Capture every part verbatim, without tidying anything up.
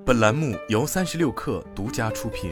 本栏目由三十六氪独家出品。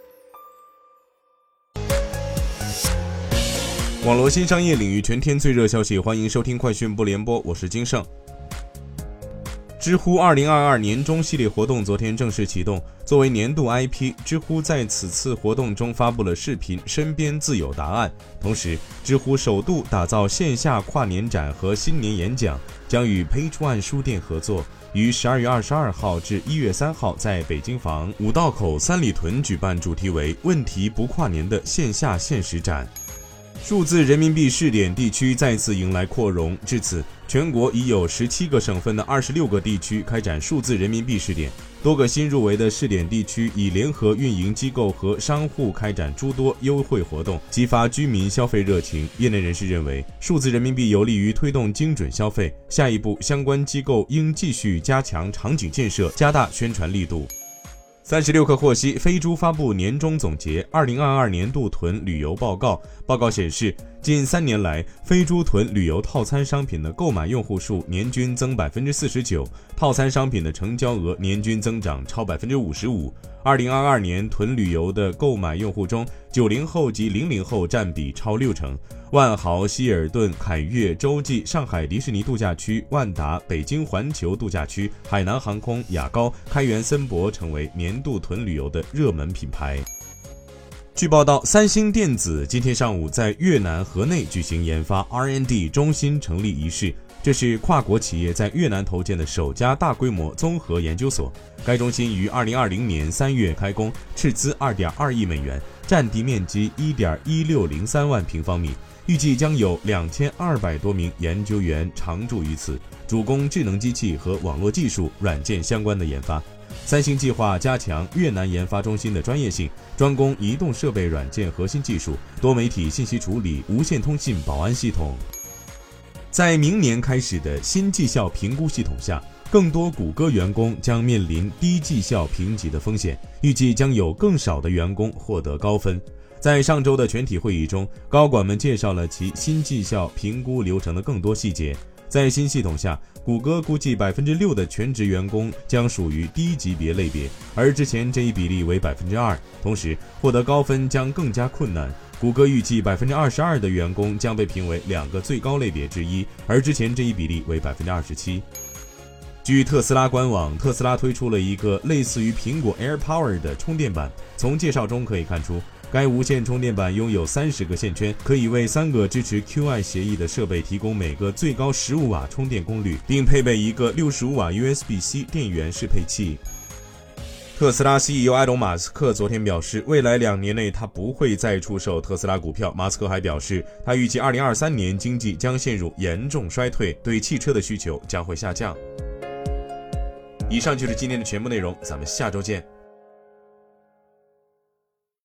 网络新商业领域全天最热消息，欢迎收听快讯不联播，我是金盛。知乎二零二二年中系列活动昨天正式启动，作为年度 I P， 知乎在此次活动中发布了视频《身边自有答案》，同时知乎首度打造线下跨年展和新年演讲，将与 Page One 书店合作，于十二月二十二号至一月三号在北京房、五道口、三里屯举办主题为问题不跨年的线下限时展。数字人民币试点地区再次迎来扩容，至此全国已有十七个省份的二十六个地区开展数字人民币试点，多个新入围的试点地区已联合运营机构和商户开展诸多优惠活动，激发居民消费热情。业内人士认为，数字人民币有利于推动精准消费，下一步相关机构应继续加强场景建设，加大宣传力度。三十六氪获悉，飞猪发布年终总结二零二二年度囤旅游报告。报告显示，近三年来，飞猪囤旅游套餐商品的购买用户数年均增 百分之四十九， 套餐商品的成交额年均增长超 百分之五十五。二零二二年囤旅游的购买用户中，九零后及零零后占比超六成。万豪、希尔顿、凯悦、洲际、上海迪士尼度假区、万达、北京环球度假区、海南航空、雅高、开元森博成为年度囤旅游的热门品牌。据报道，三星电子今天上午在越南河内举行研发 R and D 中心成立仪式，这是跨国企业在越南投建的首家大规模综合研究所。该中心于二零二零年三月开工，斥资 二点二亿美元，占地面积 一点一六零三万平方米，预计将有两千二百多名研究员常驻于此，主攻智能机器和网络技术、软件相关的研发。三星计划加强越南研发中心的专业性，专攻移动设备软件核心技术、多媒体信息处理、无线通信保安系统。在明年开始的新绩效评估系统下，更多谷歌员工将面临低绩效评级的风险，预计将有更少的员工获得高分。在上周的全体会议中，高管们介绍了其新绩效评估流程的更多细节。在新系统下，谷歌估计 百分之六 的全职员工将属于低级别类别，而之前这一比例为 百分之二， 同时获得高分将更加困难。谷歌预计 百分之二十二 的员工将被评为两个最高类别之一，而之前这一比例为 百分之二十七。据特斯拉官网，特斯拉推出了一个类似于苹果 AirPower 的充电板，从介绍中可以看出，该无线充电板拥有三十个线圈，可以为三个支持 Q I 协议的设备提供每个最高十五瓦充电功率，并配备一个六十五瓦 U S B C 电源适配器。特斯拉 C E O 埃隆·马斯克昨天表示，未来两年内他不会再出售特斯拉股票。马斯克还表示，他预计二零二三年经济将陷入严重衰退，对汽车的需求将会下降。以上就是今天的全部内容，咱们下周见。